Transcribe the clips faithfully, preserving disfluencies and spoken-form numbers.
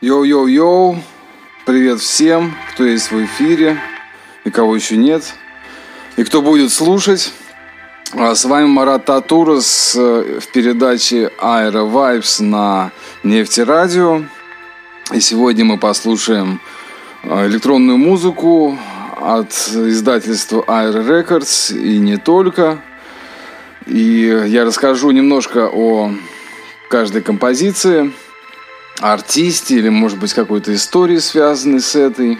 Йоу-йоу-йоу, привет всем, кто есть в эфире и кого еще нет, и кто будет слушать. С вами Марат Татурос в передаче Aero Vibes на Нефтерадио. И сегодня мы послушаем электронную музыку от издательства Aero Records и не только. И я расскажу немножко о каждой композиции, артисте или, может быть, какой-то истории, связанной с этой.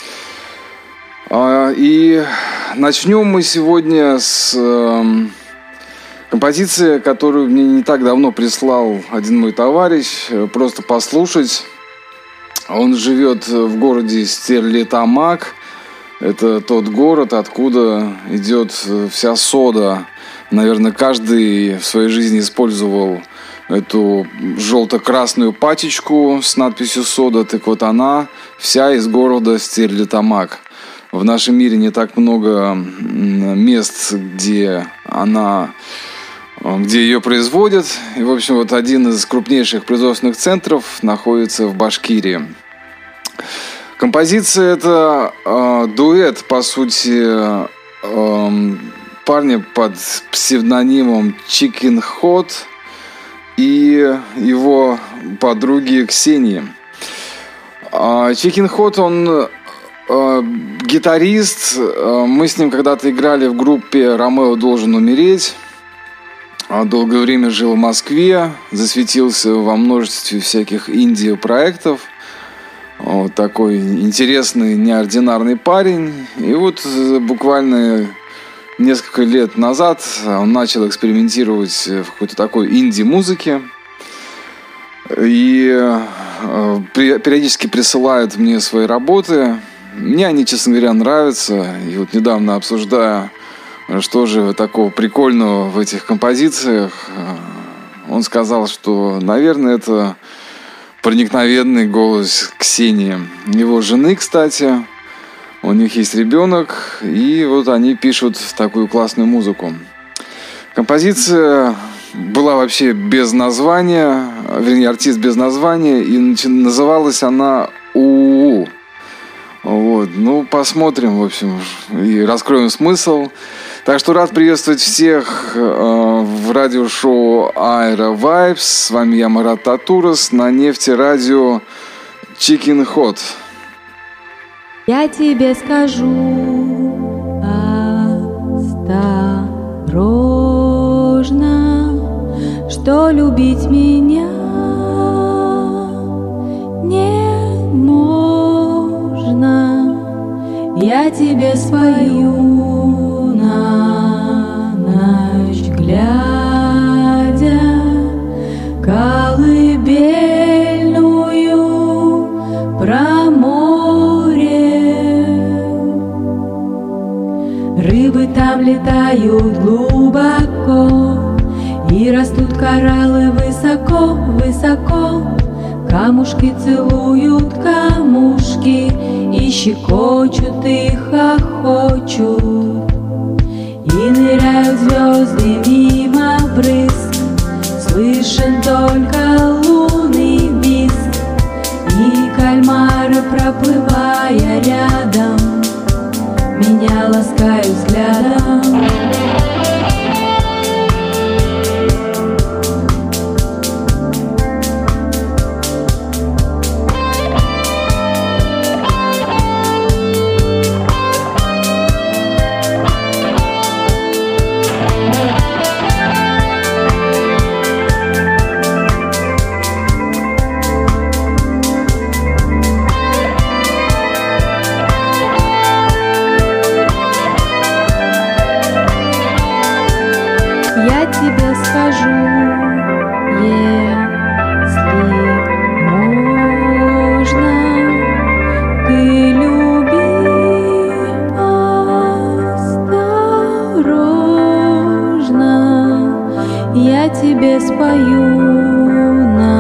И начнем мы сегодня с композиции, которую мне не так давно прислал один мой товарищ, просто послушать. Он живет в городе Стерлитамак. Это тот город, откуда идет вся сода. Наверное, каждый в своей жизни использовал эту желто-красную пачечку с надписью «Сода», так вот она вся из города Стерлитамак. В нашем мире не так много мест, где она, где ее производят. И, в общем, вот один из крупнейших производственных центров находится в Башкирии. Композиция – это э, дуэт, по сути, э, парня под псевдонимом Chicken Hot и его подруги Ксении. Chicken Hot, он э, гитарист. Мы с ним когда-то играли в группе «Ромео должен умереть». Долгое время жил в Москве, засветился во множестве всяких инди-проектов. Вот такой интересный, неординарный парень. И вот буквально несколько лет назад он начал экспериментировать в какой-то такой инди-музыке. И э, периодически присылает мне свои работы. Мне они, честно говоря, нравятся. И вот недавно, обсуждая, что же такого прикольного в этих композициях, он сказал, что, наверное, это проникновенный голос Ксении, его жены, кстати. У них есть ребенок, и вот они пишут такую классную музыку. Композиция была вообще без названия, вернее, артист без названия, и называлась она «У-у-у». Вот, ну, посмотрим, в общем, и раскроем смысл. Так что рад приветствовать всех э, в радиошоу Aero Vibes. С вами я, Марат Татурос, на Нефтерадио Chicken Hot. Я тебе скажу осторожно, что любить меня не можно. Я тебе спою на ночь глядя колыбельную про море. Рыбы там летают глубоко, и растут кораллы высоко, высоко. Камушки целуют камушки, и щекочут, и хохочут. И ныряют звезды мимо брызг, слышен только лунный визг. И кальмары, проплывая рядом, меня ласкают взглядом. Я тебе скажу, если можно, ты люби осторожно. Я тебе спою на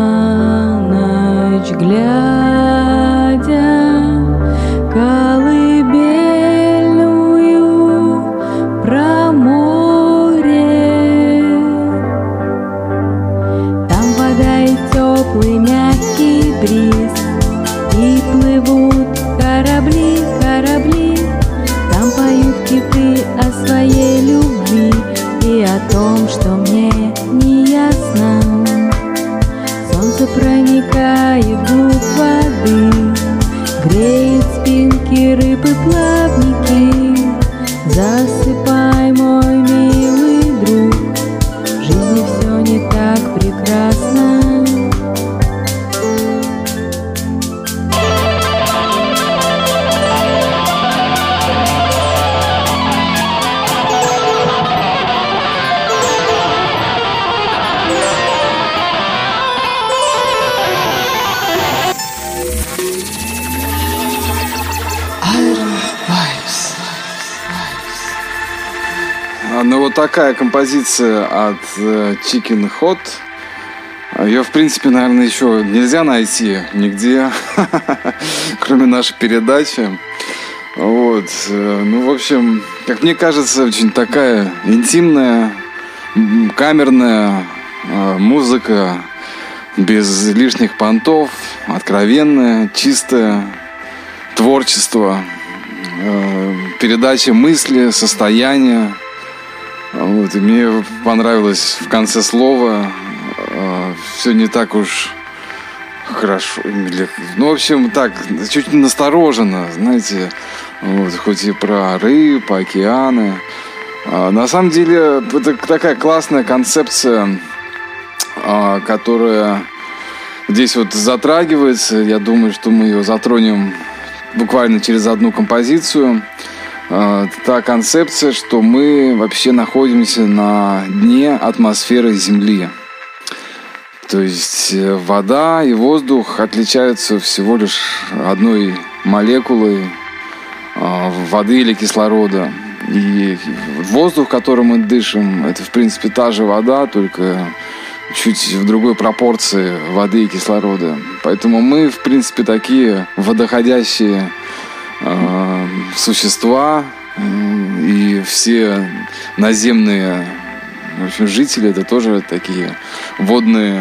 ночь глядя колыбельную про море. Там падает теплый мягкий бриз, Ну, вот такая композиция от Chicken Hot. Ее, в принципе, наверное, еще нельзя найти нигде, кроме нашей передачи. Вот. Ну, в общем, как мне кажется, очень такая интимная, камерная музыка, без лишних понтов, откровенная, чистая, творчество, передача мысли, состояния. Вот. И мне понравилось в конце слова. Все не так уж хорошо. Ну, в общем, так, чуть настороженно, знаете, вот, хоть и про рыб, океаны. А, на самом деле, это такая классная концепция, а, которая здесь вот затрагивается. Я думаю, что мы ее затронем буквально через одну композицию. А, та концепция, что мы вообще находимся на дне атмосферы Земли. То есть вода и воздух отличаются всего лишь одной молекулой воды или кислорода. И воздух, которым мы дышим, это, в принципе, та же вода, только чуть в другой пропорции воды и кислорода. Поэтому мы, в принципе, такие водоходящие э, существа. И все наземные, в общем, жители — это тоже такие водные,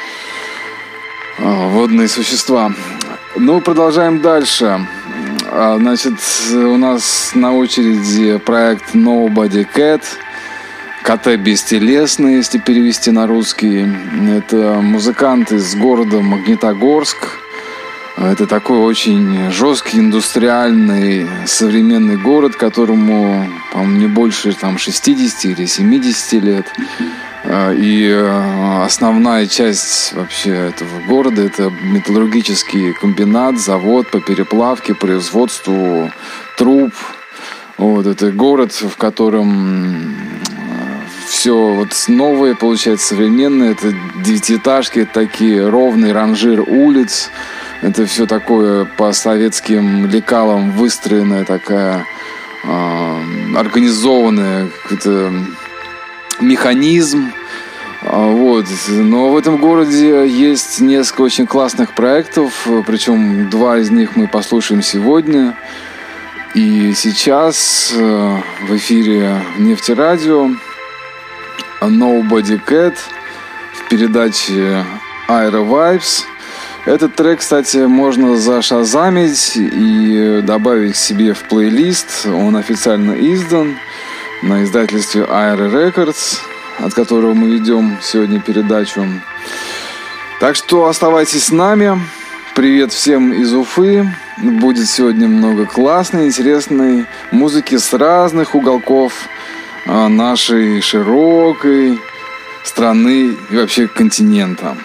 водные существа. Ну, продолжаем дальше. Значит, у нас на очереди проект Nobody Cat. КТ бестелесный, если перевести на русский. Это музыкант из города Магнитогорск. Это такой очень жесткий, индустриальный, современный город, которому, по-моему, не больше там, шестьдесят или семьдесят лет. И основная часть вообще этого города — это металлургический комбинат, завод по переплавке, производству труб. Вот, это город, в котором все вот новое, получается, современное. Это девятиэтажки, такие, ровный ранжир улиц. Это все такое по советским лекалам выстроенная такая э, организованная какой-то механизм. Вот. Но в этом городе есть несколько очень классных проектов, причем два из них мы послушаем сегодня. И сейчас э, в эфире Нефтерадио Nobody Cat в передаче Aero Vibes. Этот трек, кстати, можно зашазамить и добавить к себе в плейлист. Он официально издан на издательстве Aero Records, от которого мы ведем сегодня передачу. Так что оставайтесь с нами. Привет всем из Уфы. Будет сегодня много классной, интересной музыки с разных уголков нашей широкой страны и вообще континента.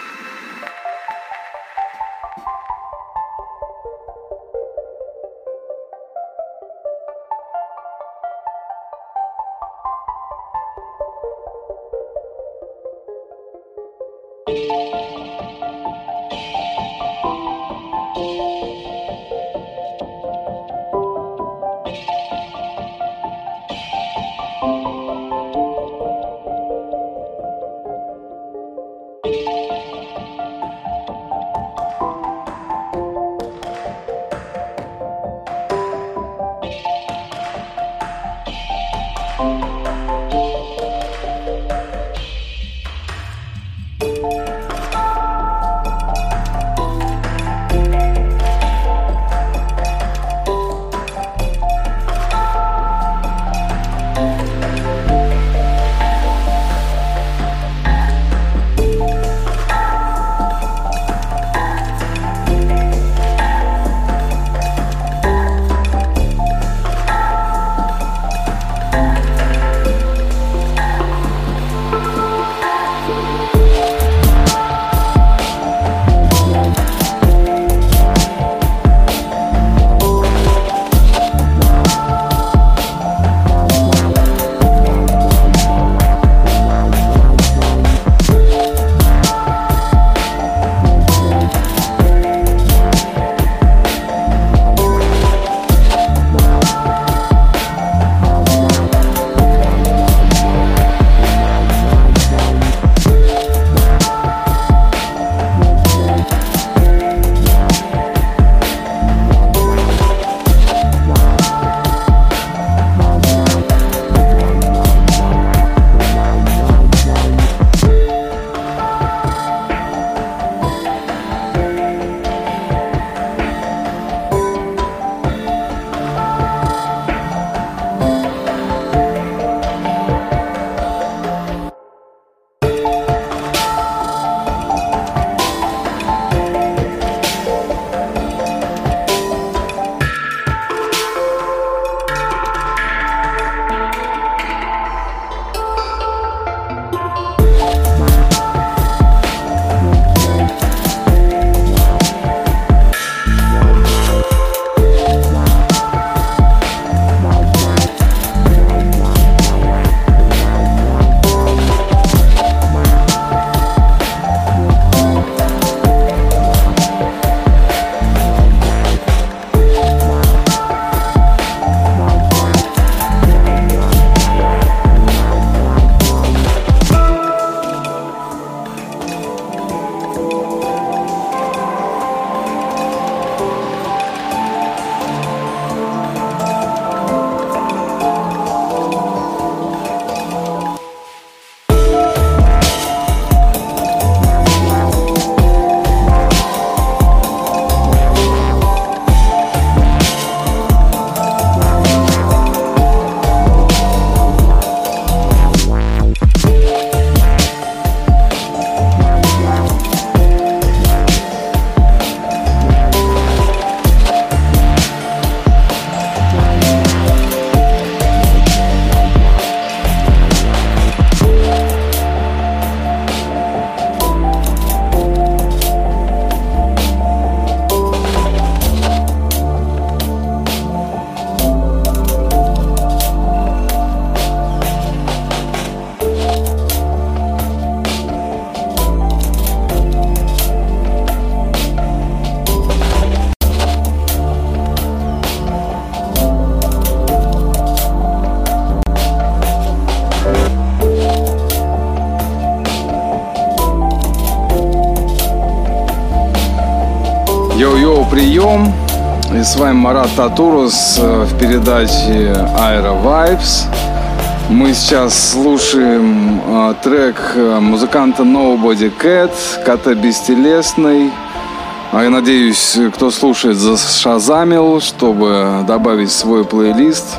прием. И с вами Марат Татурус в передаче Aira Vibes. Мы сейчас слушаем э, трек музыканта Nobody Cat, Кота Бестелесный. Я надеюсь, кто слушает, зашазамил, чтобы добавить в свой плейлист.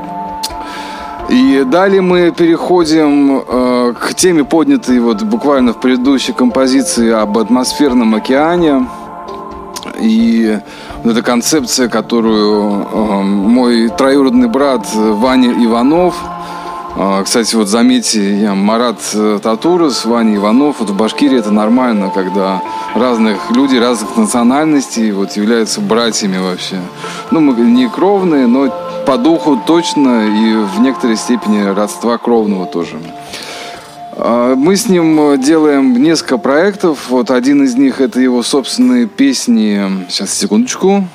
И далее мы переходим э, к теме, поднятой вот буквально в предыдущей композиции об атмосферном океане. И вот эта концепция, которую э, мой троюродный брат Ваня Иванов, э, кстати, вот заметьте, я Марат Татурус, Ваня Иванов, вот в Башкирии это нормально, когда разных людей, разных национальностей вот являются братьями вообще. Ну, мы не кровные, но по духу точно и в некоторой степени родства кровного тоже. Мы с ним делаем несколько проектов. Вот один из них — это его собственные песни. Сейчас, секундочку.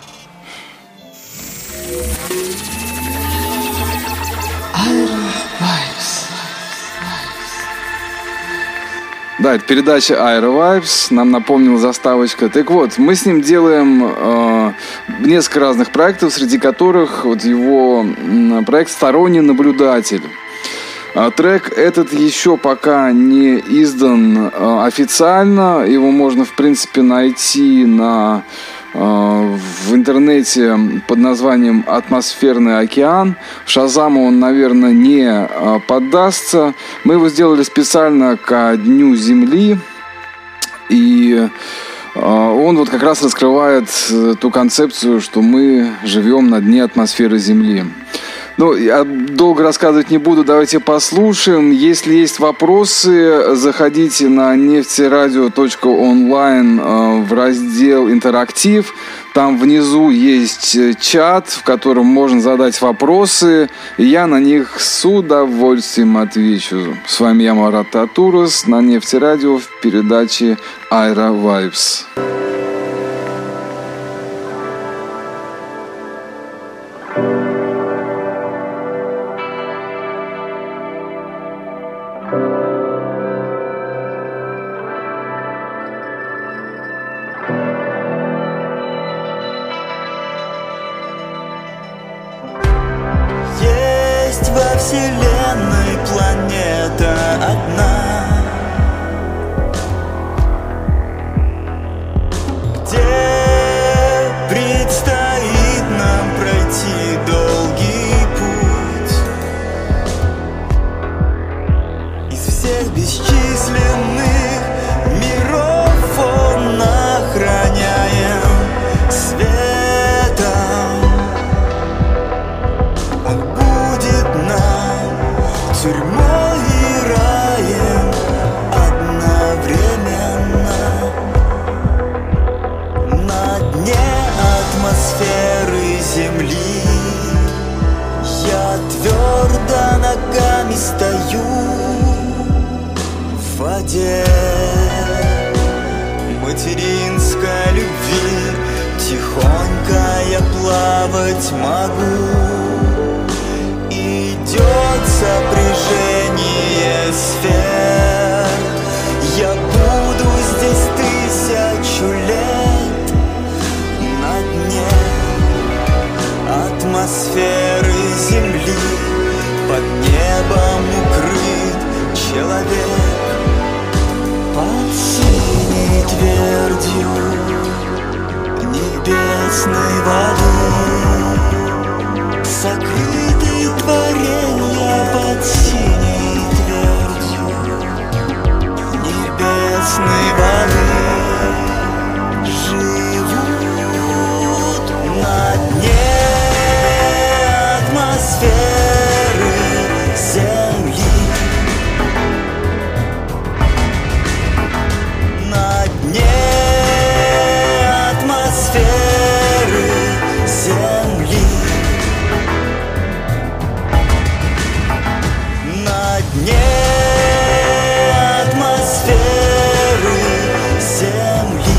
Да, это передача Aira Vibes. Нам напомнила заставочка. Так вот, мы с ним делаем э, несколько разных проектов, среди которых вот его проект «Сторонний наблюдатель». Трек этот еще пока не издан э, официально. Его можно, в принципе, найти на, э, в интернете под названием «Атмосферный океан». В Шазаму он, наверное, не э, поддастся. Мы его сделали специально ко Дню Земли. И э, он вот как раз раскрывает ту концепцию, что мы живем на дне атмосферы Земли. Ну, я долго рассказывать не буду, давайте послушаем. Если есть вопросы, заходите на нефтерадио точка онлайн в раздел «Интерактив». Там внизу есть чат, в котором можно задать вопросы, и я на них с удовольствием отвечу. С вами я, Марат Татурус, на Нефтерадио в передаче Aira Vibes. Вселенной планета одна, где предстоит нам пройти долгий путь. Из всех бесчисленных миров он охраняем светом. Он будет нам тюрьмой и раем одновременно. На дне атмосферы Земли я твердо ногами стою в воде материнской любви. Тихонько я плавать могу. Идет сопряжение сфер. Я буду здесь тысячу лет на дне атмосферы Земли. Под небом укрыт человек под синей твердью небесной воды. Сокрытый творенья под синей твердью небесной воды живут на дне атмосферы Земли. На дне атмосферы Земли. На дне атмосферы Земли.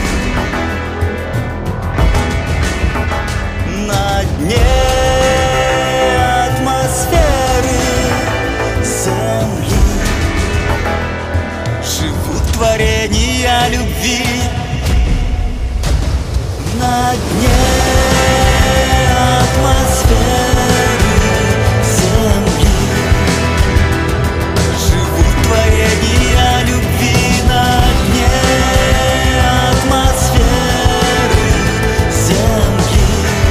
На дне атмосферы Земли живут творения любви. на дне атмосферы Земли живут творения любви на дне атмосферы Земли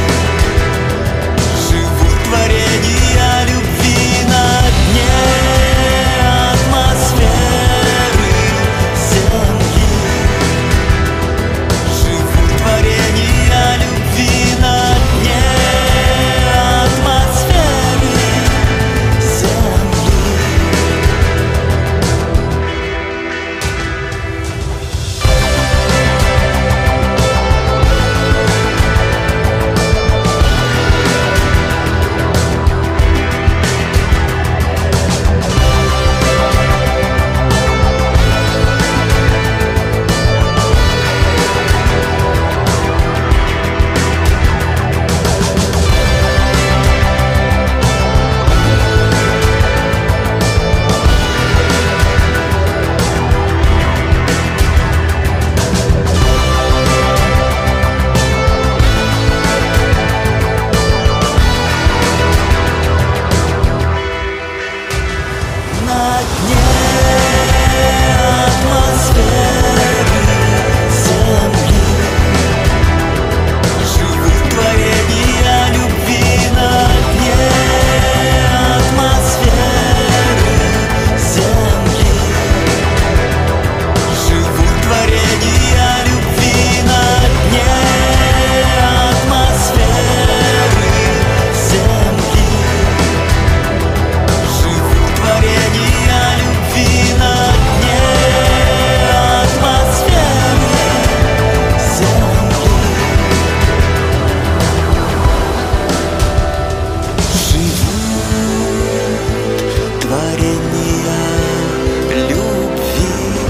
живут творения любви на дне атмосферы Земли живут творения любви на дне атмосферы Земли. На дне атмосферы Земли живут творения любви на дне атмосферы Земли живут творения любви на дне атмосферы Земли живут творения любви на дне атмосферы Земли. Живут творения любви.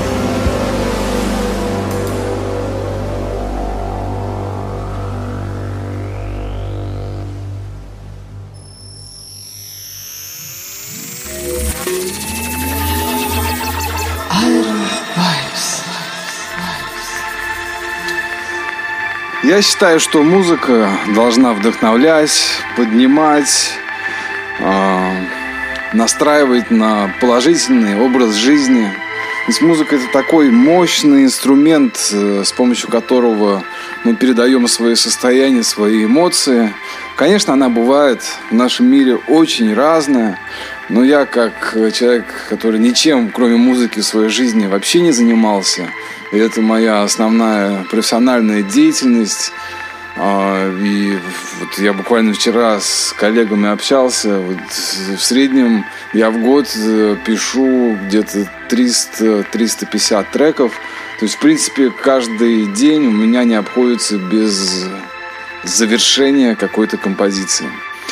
Я считаю, что музыка должна вдохновлять, поднимать, э, настраивать на положительный образ жизни. Ведь музыка — это такой мощный инструмент, э, с помощью которого мы передаем свои состояния, свои эмоции. Конечно, она бывает в нашем мире очень разная, но я, как человек, который ничем, кроме музыки, в своей жизни вообще не занимался, и это моя основная профессиональная деятельность. И вот я буквально вчера с коллегами общался. Вот в среднем я в год пишу где-то триста - триста пятьдесят треков. То есть, в принципе, каждый день у меня не обходится без завершения какой-то композиции.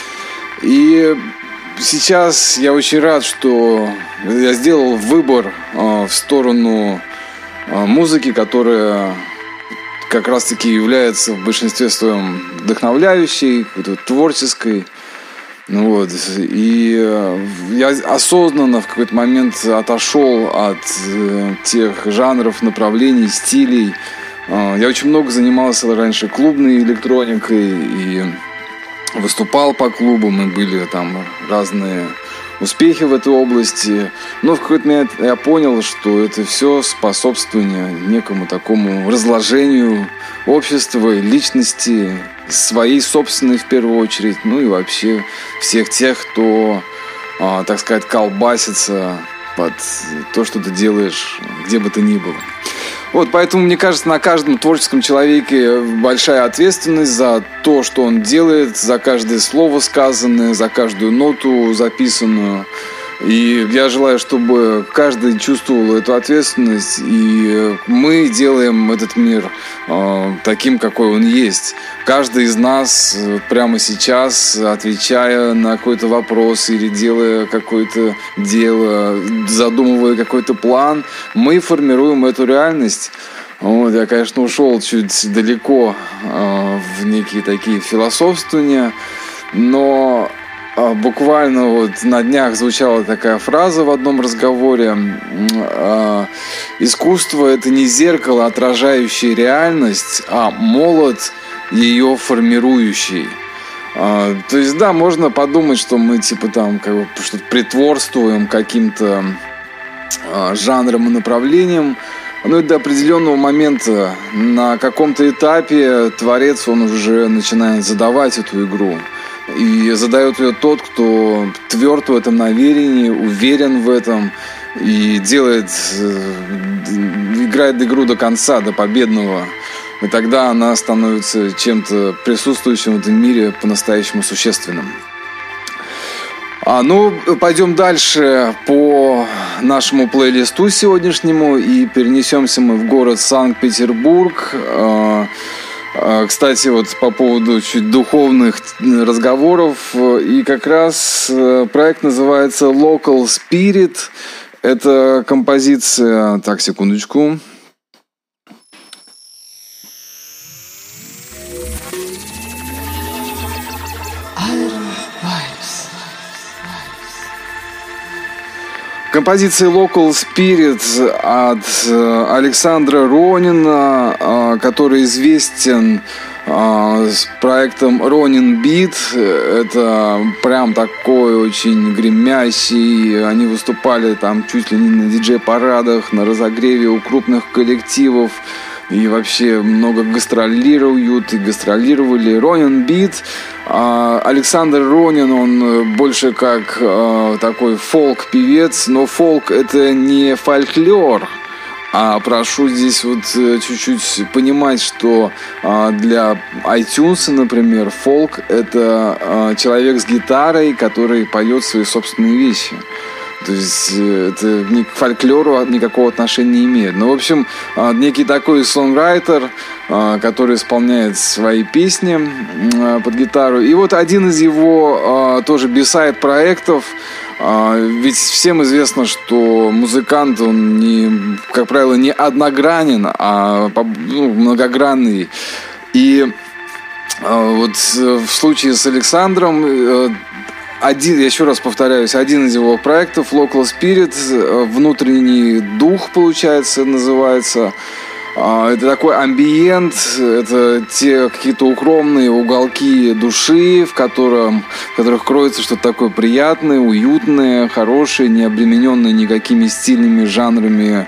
И сейчас я очень рад, что я сделал выбор в сторону музыки, которая как раз-таки является в большинстве своем вдохновляющей, творческой. Ну вот. И я осознанно в какой-то момент отошел от тех жанров, направлений, стилей. Я очень много занимался раньше клубной электроникой и выступал по клубам, и были там разные успехи в этой области. Но в какой-то момент я понял, что это все способствование некому такому разложению общества, личности, своей собственной в первую очередь, ну и вообще всех тех, кто, так сказать, колбасится под то, что ты делаешь, где бы ты ни был. Вот, поэтому, мне кажется, на каждом творческом человеке большая ответственность за то, что он делает, за каждое слово сказанное, за каждую ноту записанную. И я желаю, чтобы каждый чувствовал эту ответственность, и мы делаем этот мир э, таким, какой он есть. Каждый из нас прямо сейчас, отвечая на какой-то вопрос или делая какое-то дело, задумывая какой-то план, мы формируем эту реальность. Вот, я, конечно, ушел чуть далеко э, в некие такие философствования, но буквально вот на днях звучала такая фраза в одном разговоре: искусство — это не зеркало, отражающее реальность, а молот, ее формирующей. А, то есть, да, можно подумать, что мы типа там как бы что-то притворствуем каким-то а, жанром и направлением. Но до определенного момента на каком-то этапе творец, он уже начинает задавать эту игру. И задает ее тот, кто тверд в этом намерении, уверен в этом и делает, играет игру до конца, до победного. И тогда она становится чем-то присутствующим в этом мире по-настоящему существенным. А, ну, пойдем дальше по нашему плейлисту сегодняшнему и перенесемся мы в город Санкт-Петербург. А, а, кстати, вот по поводу чуть духовных разговоров, и как раз проект называется Local Spirit. Это композиция... Так, секундочку. Композиция Local Spirit от Александра Ронина, который известен с проектом Ronin Beat. Это прям такой очень гремящий. Они выступали там чуть ли не на диджей-парадах, на разогреве у крупных коллективов. И вообще много гастролируют и гастролировали. Ronin Beat. Александр Ронин, он больше как э, такой фолк-певец, но фолк — это не фольклор. А прошу здесь вот чуть-чуть понимать, что э, для iTunes, например, фолк — это э, человек с гитарой, который поет свои собственные вещи. То есть это ни к фольклору никакого отношения не имеет. Ну, в общем, некий такой сонграйтер, который исполняет свои песни под гитару. И вот один из его тоже бисайд проектов. Ведь всем известно, что музыкант, он, не, как правило, не одногранен, а ну, многогранный. И вот в случае с Александром... Один, я еще раз повторяюсь, один из его проектов Local Spirit, внутренний дух, получается, называется. Это такой амбиент, это те какие-то укромные уголки души, в, котором, в которых кроется что-то такое приятное, уютное, хорошее, не обремененное никакими стильными жанрами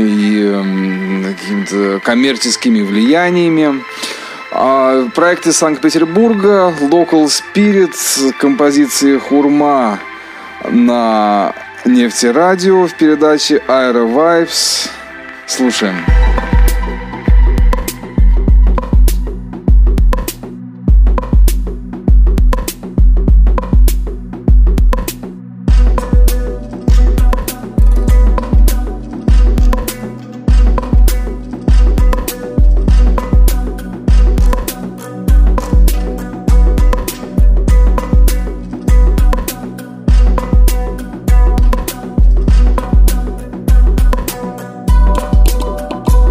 и какими-то коммерческими влияниями. Проект из Санкт-Петербурга, Local Spirit, композиции «Хурма» на Нефтерадио в передаче Aero Vibes. Слушаем. Thank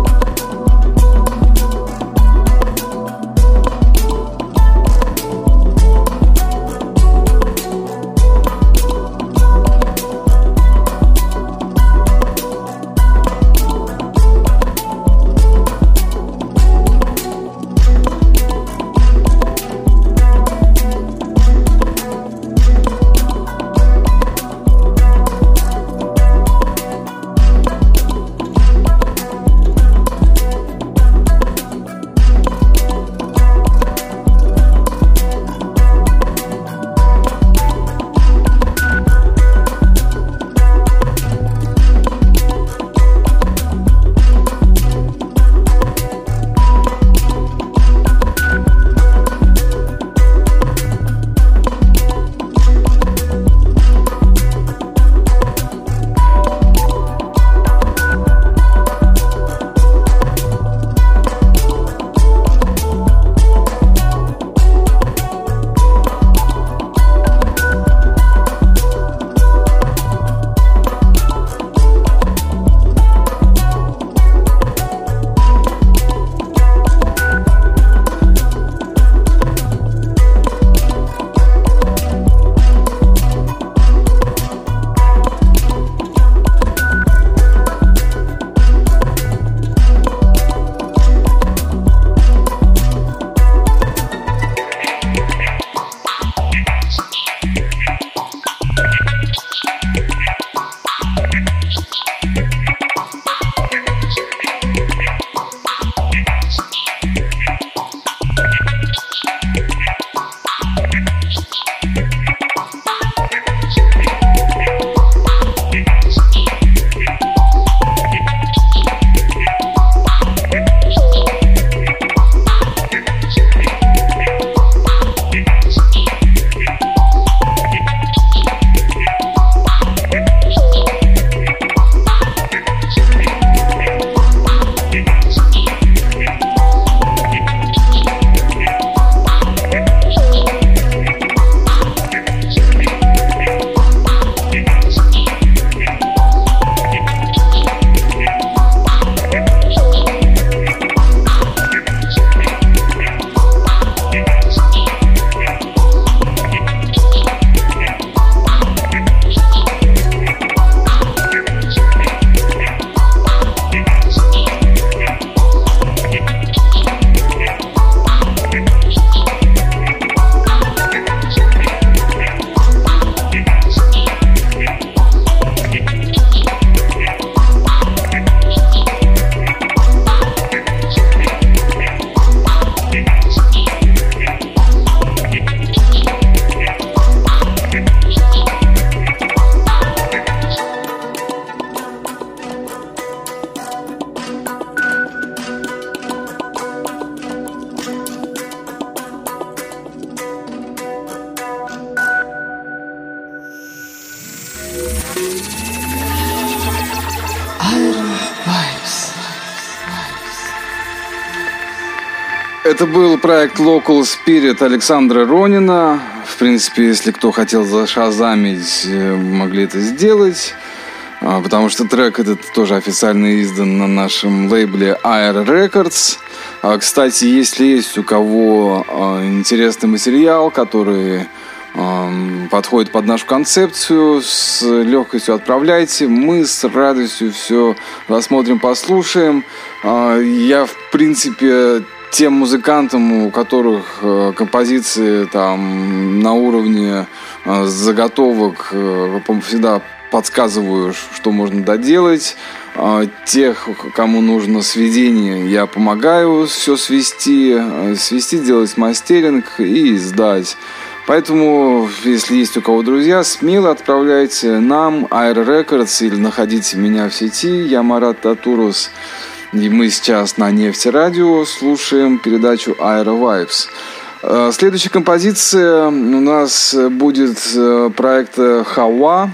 Это был проект Local Spirit Александра Ронина. В принципе, если кто хотел зашазамить, могли это сделать. Потому что трек этот тоже официально издан на нашем лейбле Air Records. Кстати, если есть у кого интересный материал, который подходит под нашу концепцию, с легкостью отправляйте. Мы с радостью все рассмотрим, послушаем. Я, в принципе, тем музыкантам, у которых композиции там на уровне заготовок, всегда подсказываю, что можно доделать. Тех, кому нужно сведение, я помогаю все свести, свести, сделать мастеринг и сдать. Поэтому, если есть у кого друзья, смело отправляйте нам Air Records или находите меня в сети. Я Марат Татурус. И мы сейчас на Нефтерадио слушаем передачу Air Vibes. Следующая композиция у нас будет проекта Хауа.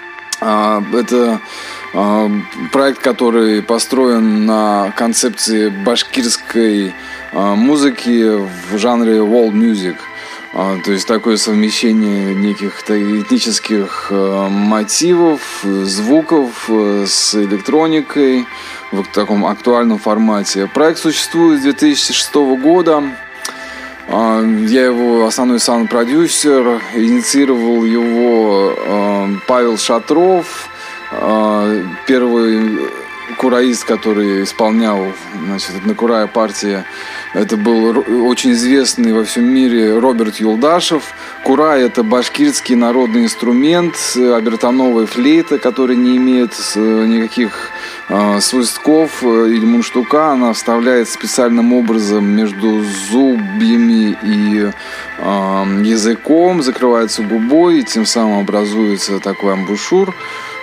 Это проект, который построен на концепции башкирской музыки в жанре world music. То есть такое совмещение неких этнических мотивов, звуков с электроникой в таком актуальном формате. Проект существует с две тысячи шестого года. Я его основной саунд-продюсер. Инициировал его Павел Шатров, первый кураист, который исполнял, значит, на курае партии. Это был очень известный во всем мире Роберт Юлдашев. Курай — это башкирский народный инструмент, обертоновая флейта, которая не имеет никаких э, свистков или мундштука. Она вставляется специальным образом между зубьями и э, языком, закрывается губой, и тем самым образуется такой амбушюр.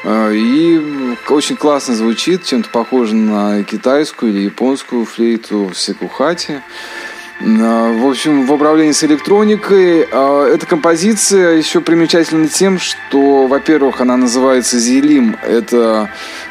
И очень классно звучит, чем-то похоже на китайскую или японскую флейту секухати. В общем, в управлении с электроникой. Эта композиция еще примечательна тем, что, во-первых, она называется Зилим. Это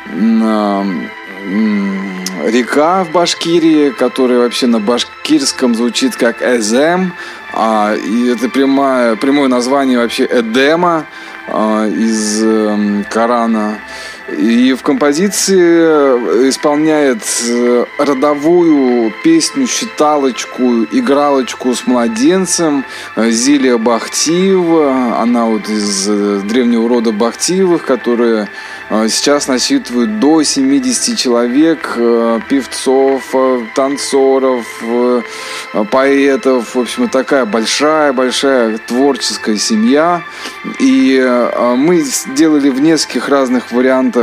река в Башкирии, которая вообще на башкирском звучит как Эзем. И это прямое, прямое название вообще Эдема из Корана. И в композиции исполняет родовую песню, считалочку, игралочку с младенцем Зилия Бахтиева. Она вот из древнего рода Бахтиевых, которые сейчас насчитывают до семидесяти человек, певцов, танцоров, поэтов. В общем, такая большая-большая творческая семья. И мы сделали в нескольких разных вариантах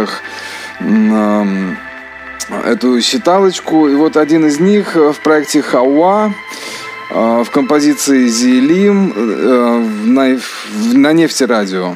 эту считалочку. И вот один из них в проекте Хауа, в композиции Зилим на, на Нефтерадио.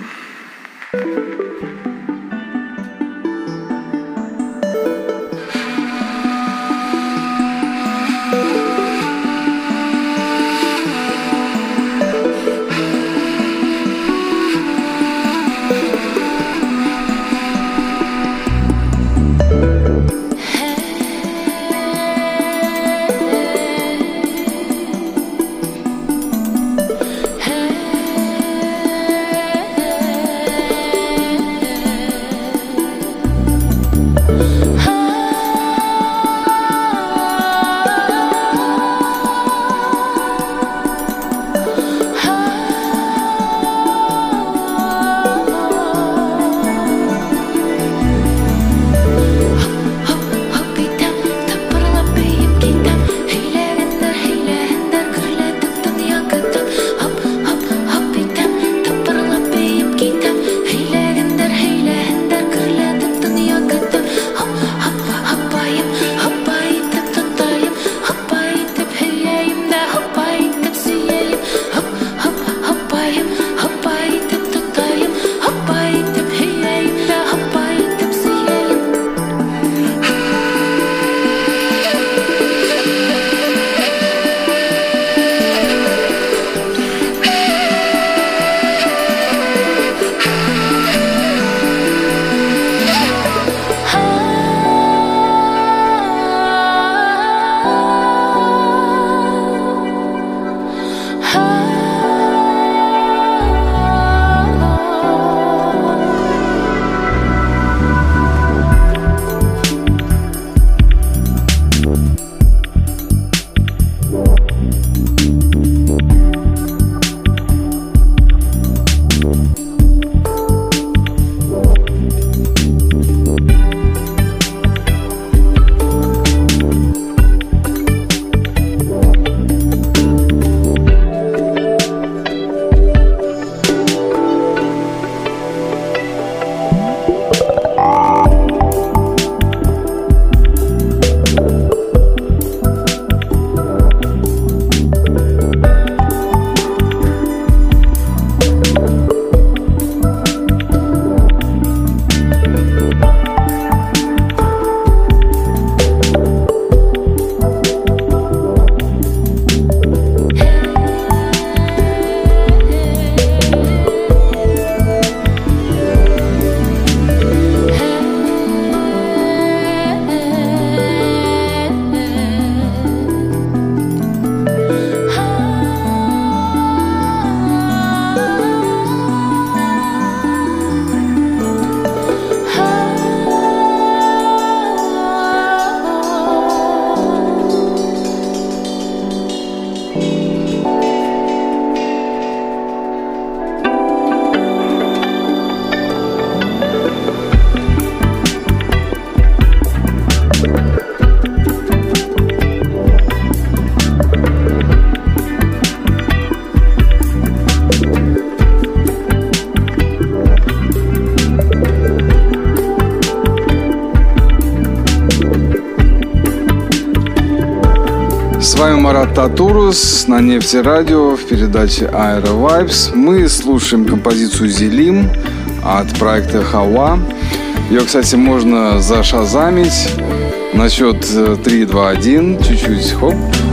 вами Марат Татурус на Нефти Радио в передаче Aero Vibes. Мы слушаем композицию Зелим от проекта Хава. Ее, кстати, можно зашазамить на счет три, два, один. Чуть-чуть, хоп.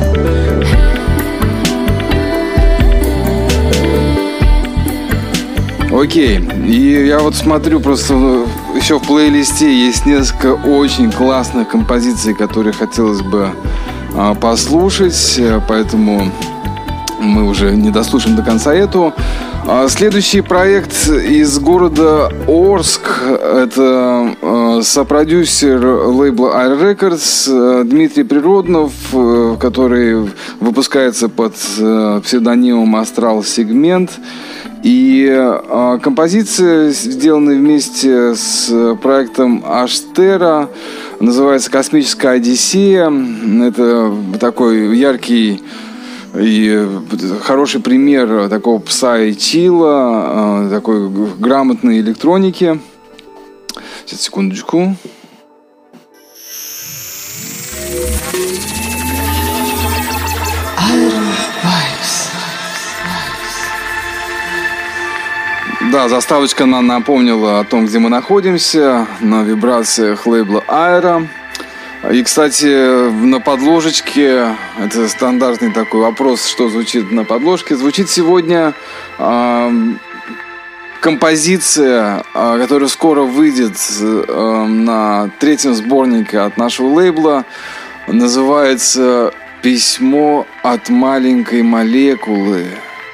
Окей, и я вот смотрю, просто еще в плейлисте есть несколько очень классных композиций, которые хотелось бы а, послушать, поэтому мы уже не дослушаем до конца эту. А, следующий проект из города Орск, это а, сопродюсер лейбла Air Records а, Дмитрий Природнов, а, который выпускается под а, псевдонимом Астрал Сегмент. И э, композиция, сделанная вместе с проектом Аштера, называется «Космическая Одиссея». Это такой яркий и хороший пример такого псай-чилла, э, такой грамотной электроники. Сейчас, секундочку. Да, заставочка нам напомнила о том, где мы находимся, на вибрациях лейбла Aero. И, кстати, на подложечке, это стандартный такой вопрос, что звучит на подложке, звучит сегодня э, композиция, э, которая скоро выйдет э, на третьем сборнике от нашего лейбла, называется «Письмо от маленькой молекулы».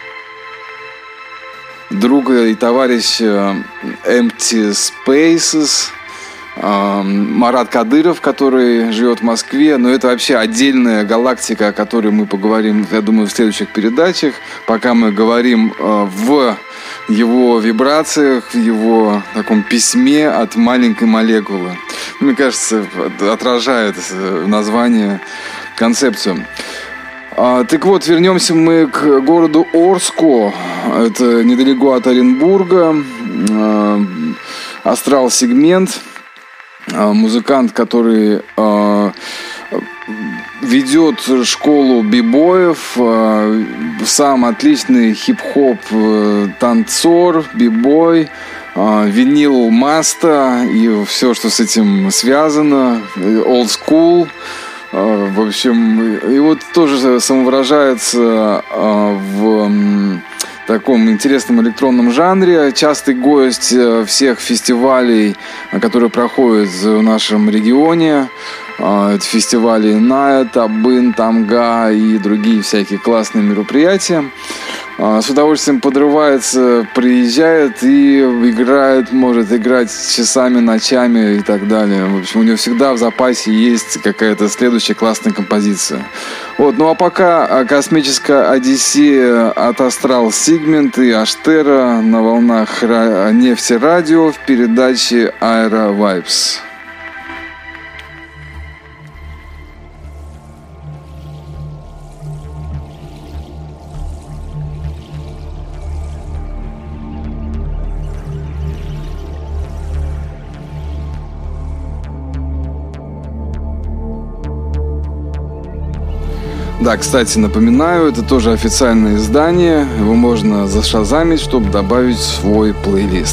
Друга и товарища Empty Spaces, Марат Кадыров, который живет в Москве. Но это вообще отдельная галактика, о которой мы поговорим, я думаю, в следующих передачах. Пока мы говорим в его вибрациях, в его таком письме от маленькой молекулы. Мне кажется, отражает название концепцию. А, так вот, вернемся мы к городу Орску. Это недалеко от Оренбурга. А, Астрал Сегмент. А, музыкант, который а, ведет школу бибоев. А, сам отличный хип-хоп танцор, бибой, а, винил маста и все, что с этим связано. Old school. В общем, и вот тоже самовыражается в таком интересном электронном жанре. Частый гость всех фестивалей, которые проходят в нашем регионе. Это фестивали Найт, Абын, Тамга и другие всякие классные мероприятия. С удовольствием подрывается, приезжает и играет, может играть часами, ночами и так далее. В общем, у него всегда в запасе есть какая-то следующая классная композиция. Вот. Ну а пока «Космическая Одиссея» от Астрал Сегмент и Аштера на волнах Нефти Радио в передаче Aero Vibes. Да, кстати, напоминаю, это тоже официальное издание. Его можно зашазамить, чтобы добавить в свой плейлист.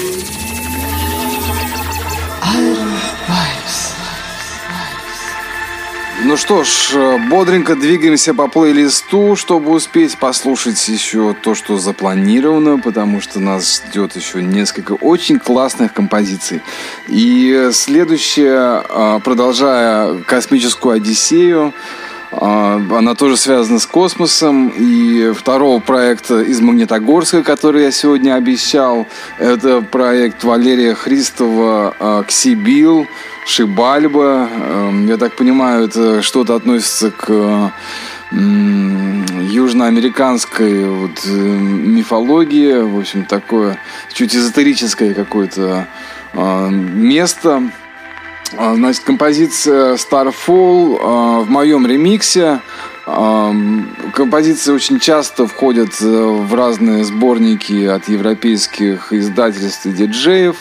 Ну что ж, бодренько двигаемся по плейлисту, чтобы успеть послушать еще то, что запланировано, потому что нас ждет еще несколько очень классных композиций. И следующее, продолжая космическую Одиссею, она тоже связана с космосом. И второго проекта из Магнитогорска, который я сегодня обещал, это проект Валерия Христова «Ксибил», Шибальба. Я так понимаю, это что-то относится к южноамериканской вот мифологии. В общем, такое чуть эзотерическое какое-то место. Значит, композиция Starfall в моем ремиксе. Композиции очень часто входят в разные сборники от европейских издательств и диджеев.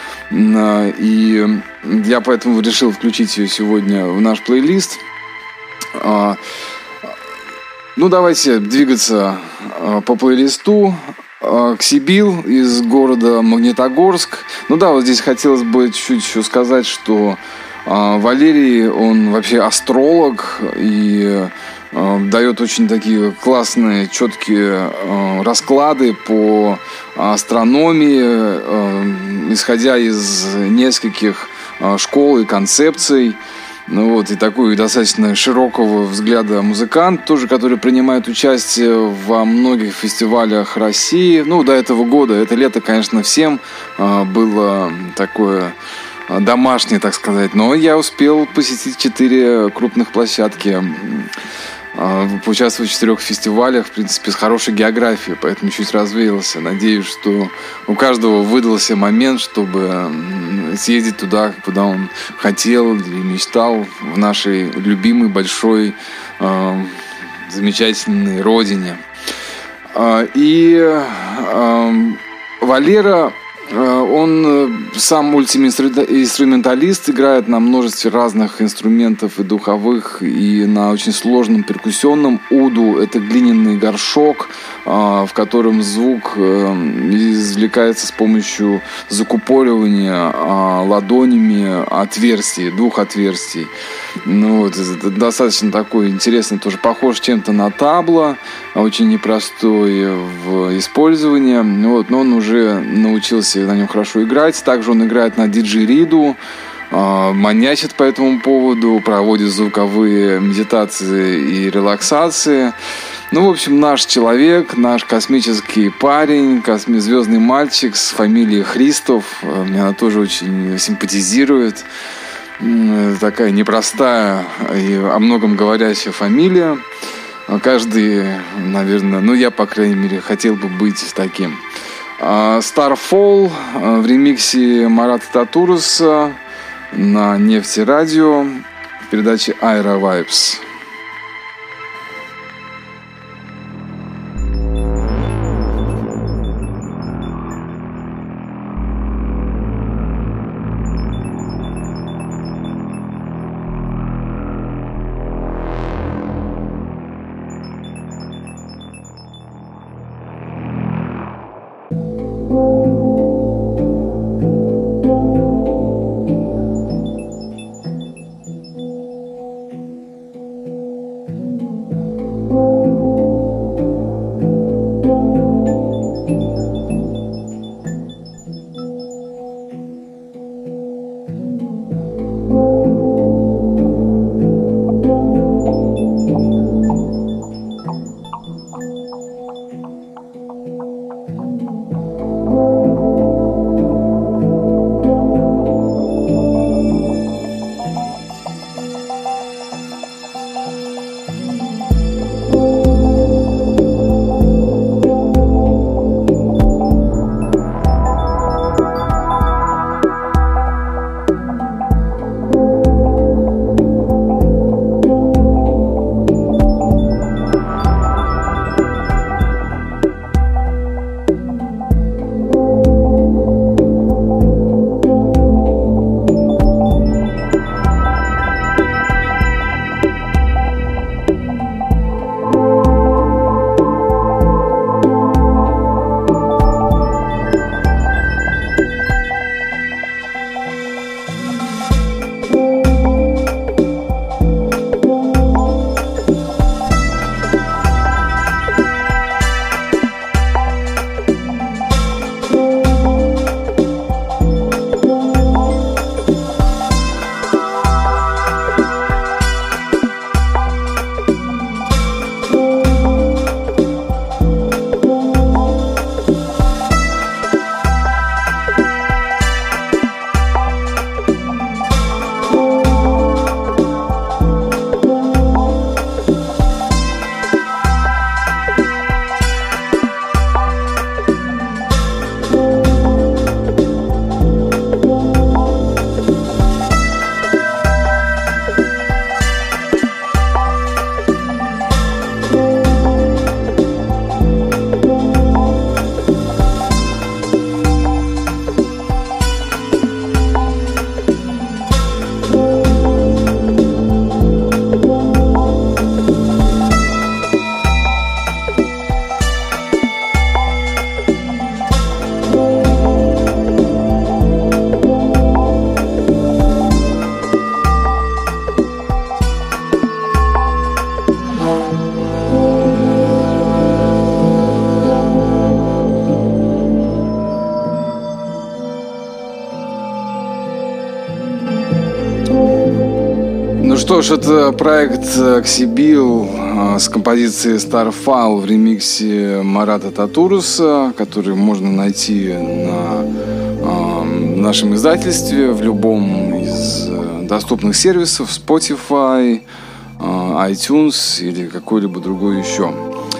И я поэтому решил включить ее сегодня в наш плейлист. Ну, давайте двигаться по плейлисту. Ксибил из города Магнитогорск. Ну да, вот здесь хотелось бы чуть-чуть еще сказать, что Валерий, он вообще астролог и дает очень такие классные, четкие расклады по астрономии, исходя из нескольких школ и концепций. Ну вот, и такой достаточно широкого взгляда музыкант, тоже, который принимает участие во многих фестивалях России. Ну, до этого года, это лето, конечно, всем было такое домашнее, так сказать. Но я успел посетить четыре крупных площадки, поучаствовать в четырех фестивалях, в принципе, с хорошей географией, поэтому чуть развеялся. Надеюсь, что у каждого выдался момент, чтобы съездить туда, куда он хотел или мечтал, в нашей любимой, большой, э, замечательной родине. Э, и э, Валера, он сам мультиинструменталист, играет на множестве разных инструментов и духовых, и на очень сложном перкуссионном уду. Это глиняный горшок, в котором звук извлекается с помощью закупоривания ладонями отверстий, двух отверстий. Ну, вот, это достаточно такой интересный, тоже похож чем-то на табло, очень непростой в использовании. Вот, но он уже научился на нем хорошо играть. Также он играет на диджериду, манячит по этому поводу, проводит звуковые медитации и релаксации. Ну, в общем, наш человек, наш космический парень, косми- звездный мальчик с фамилией Христов. Мне она тоже очень симпатизирует. Такая непростая и о многом говорящая фамилия. Каждый, наверное, ну я, по крайней мере, хотел бы быть таким. Starfall в ремиксе Марата Татуруса на Нефтерадио в передаче Aira Vibes. что ж, это проект Ксибил с композицией Starfall в ремиксе Марата Татуруса, который можно найти на э, нашем издательстве в любом из доступных сервисов, Spotify, э, iTunes или какой-либо другой еще.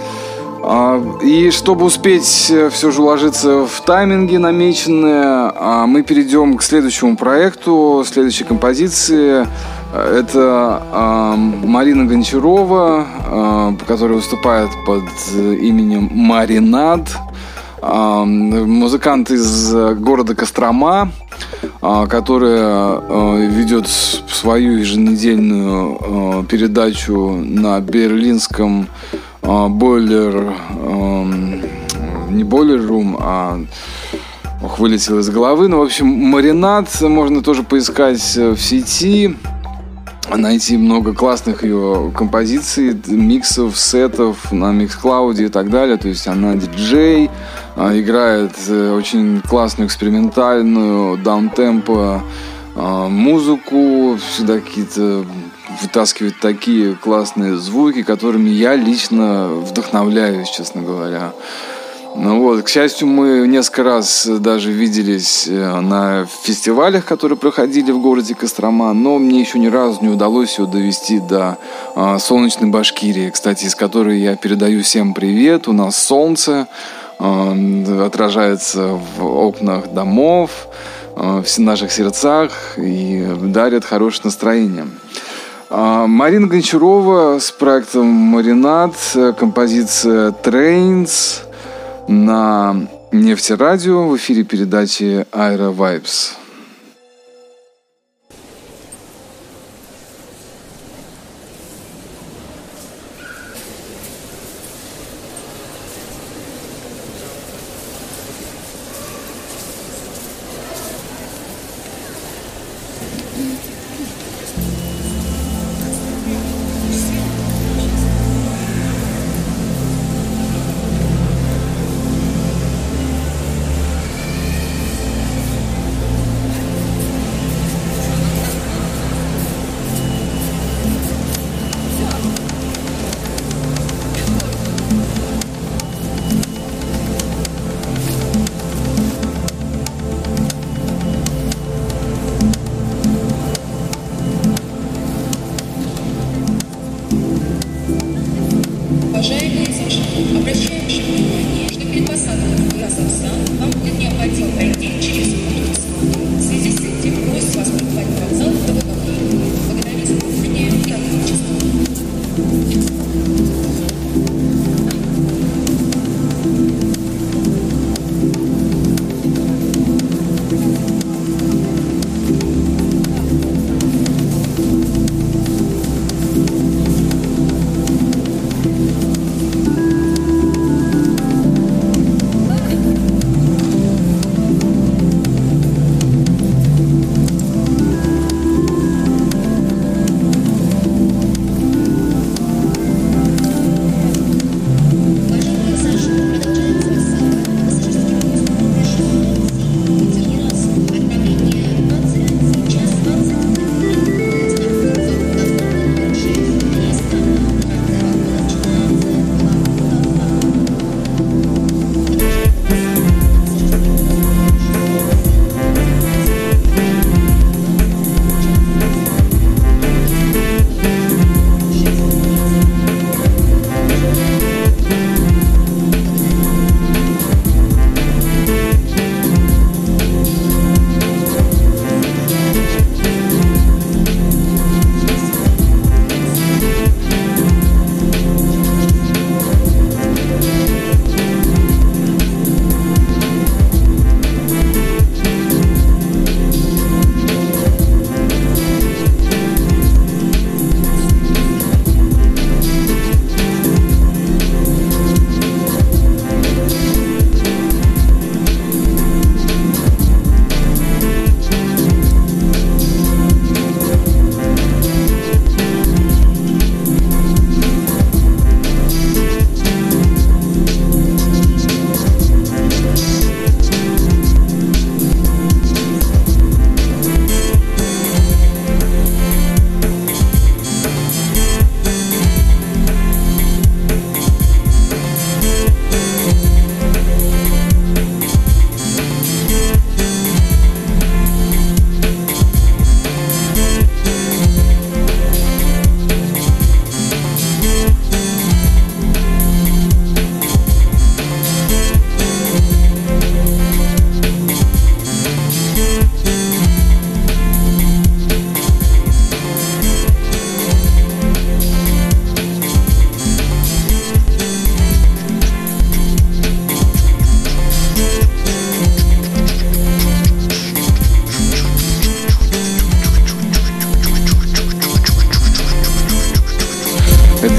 И чтобы успеть все же уложиться в тайминги намеченные, мы перейдем к следующему проекту, следующей композиции. Это Марина Гончарова, которая выступает под именем Маринад. Музыкант из города Кострома, которая ведет свою еженедельную передачу на берлинском Бойлер, не Бойлер Рум, а ох, вылетел из головы. Ну, в общем, Маринад можно тоже поискать в сети, найти много классных ее композиций, миксов, сетов на Mixcloud и так далее. То есть она диджей, играет очень классную экспериментальную даунтемпо музыку, всегда какие-то вытаскивает такие классные звуки, которыми я лично вдохновляюсь, честно говоря. Ну вот, к счастью, мы несколько раз даже виделись на фестивалях, которые проходили в городе Кострома, но мне еще ни разу не удалось ее довести до а, солнечной Башкирии, кстати, из которой я передаю всем привет. У нас солнце а, отражается в окнах домов, а, в наших сердцах и дарит хорошее настроение. Марина Гончарова с проектом Маринад, композиция Trains на Нефтерадио в эфире передачи Aero Vibes.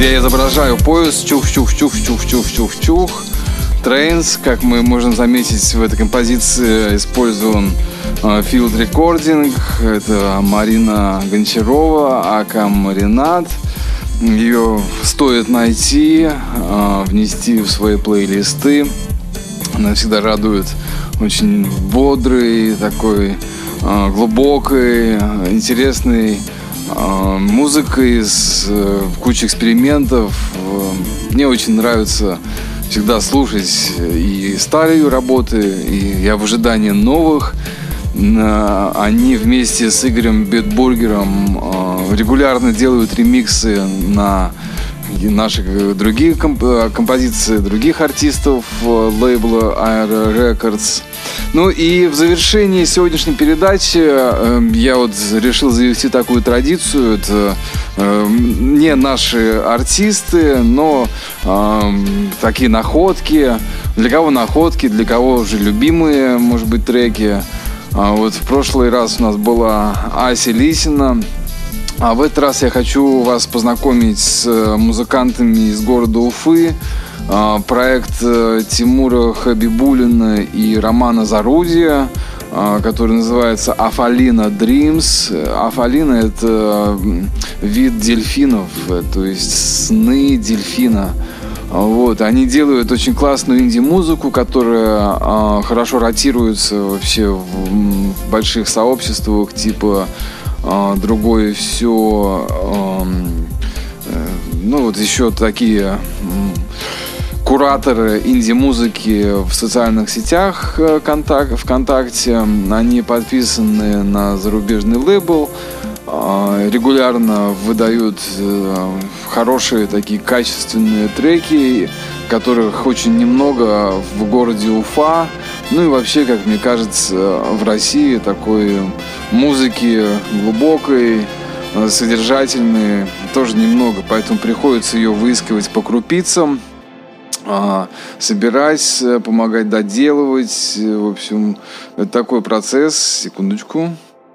Я изображаю поезд, чух-чух-чух-чух-чух-чух-чух. Trains, как мы можем заметить, в этой композиции использован field recording. Это Марина Гончарова, ака Маринад. Ее стоит найти, внести в свои плейлисты. Она всегда радует очень бодрой, такой глубокой, интересной музыкой с кучей экспериментов. Мне очень нравится всегда слушать и старые работы, и я в ожидании новых. Они вместе с Игорем Бетбургером регулярно делают ремиксы на наши другие композиции других артистов лейбла Aero Records. Ну и в завершении сегодняшней передачи я вот решил завести такую традицию. Это не наши артисты, но такие находки. Для кого находки, для кого уже любимые, может быть, треки. Вот в прошлый раз у нас была Ася Лисина. А в этот раз я хочу вас познакомить с музыкантами из города Уфы. Проект Тимура Хабибуллина и Романа Зарудия, который называется Афалина Dreams. Афалина — это вид дельфинов, то есть сны дельфина. Вот. Они делают очень классную инди-музыку, которая хорошо ротируется вообще в больших сообществах, типа «Другое все». Ну вот еще такие кураторы инди-музыки в социальных сетях ВКонтакте. Они подписаны на зарубежный лейбл, регулярно выдают хорошие такие качественные треки, которых очень немного в городе Уфа. Ну и вообще, как мне кажется, в России такой музыки глубокой, содержательной тоже немного, поэтому приходится ее выискивать по крупицам, собирать, помогать доделывать. В общем, это такой процесс. Секундочку.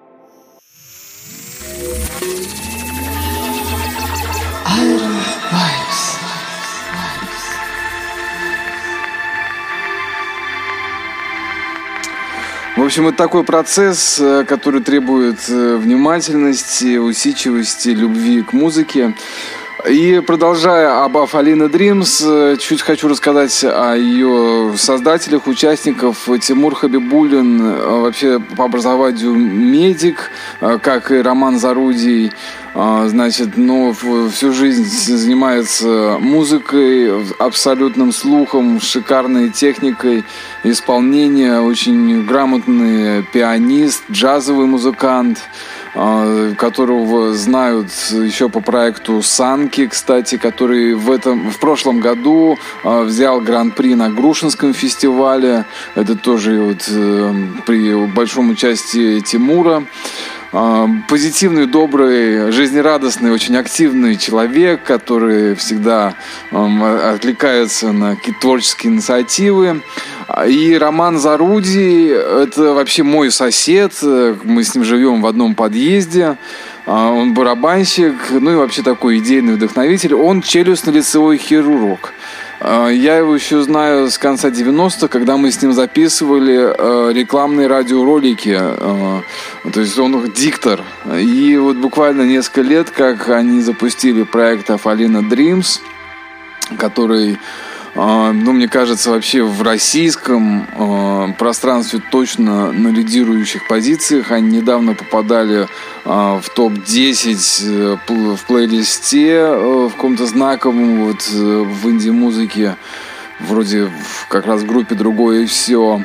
В общем, это такой процесс, который требует внимательности, усидчивости, любви к музыке. И продолжая об Афалина Dreams, чуть хочу рассказать о ее создателях, участниках. Тимур Хабибуллин вообще по образованию медик, как и Роман Зарудий. Значит, но всю жизнь занимается музыкой, абсолютным слухом, шикарной техникой исполнения, очень грамотный пианист, джазовый музыкант, которого знают еще по проекту Санки, кстати, который в этом в прошлом году взял гран-при на Грушинском фестивале. Это тоже вот при большом участии Тимура. Позитивный, добрый, жизнерадостный, очень активный человек, который всегда откликается на какие-то творческие инициативы. И Роман Зарудий — это вообще мой сосед. Мы с ним живем в одном подъезде. Он барабанщик, ну и вообще такой идейный вдохновитель. Он челюстно-лицевой хирург. Я его еще знаю с конца девяностых, когда мы с ним записывали рекламные радиоролики. То есть он диктор. И вот буквально несколько лет, как они запустили проект Афалина Dreams, который, ну, мне кажется, вообще в российском пространстве точно на лидирующих позициях. Они недавно попадали в топ десять в плейлисте в каком-то знаковом вот в инди-музыке, вроде как раз в группе «Другое все».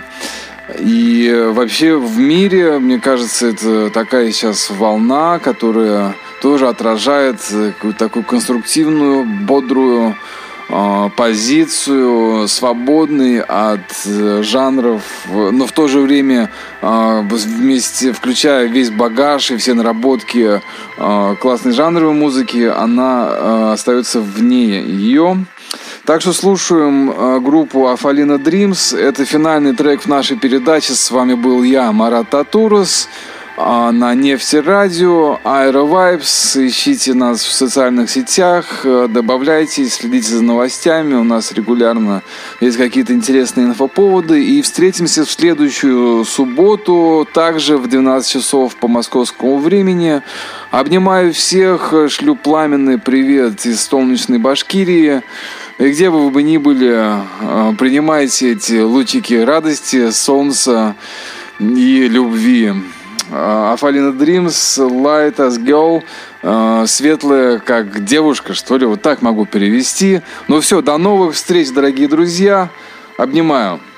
И вообще в мире, мне кажется, это такая сейчас волна, которая тоже отражает какую-то такую конструктивную, бодрую позицию, свободный от жанров, но в то же время вместе, включая весь багаж и все наработки классной жанровой музыки, она остается вне ее. Так что слушаем группу Афалина Dreams. Это финальный трек в нашей передаче. С вами был я, Марат Татурос. на Нефтерадио, Aerovibes. Ищите нас в социальных сетях, добавляйтесь, следите за новостями. У нас регулярно есть какие-то интересные инфоповоды. И встретимся в следующую субботу, также в двенадцать часов по московскому времени. Обнимаю всех, шлю пламенный привет из солнечной Башкирии. И где бы вы ни были, принимайте эти лучики радости, солнца и любви. Афалина Dreams, Light as Girl, светлая как девушка, что ли, вот так могу перевести. Ну все, до новых встреч, дорогие друзья. Обнимаю.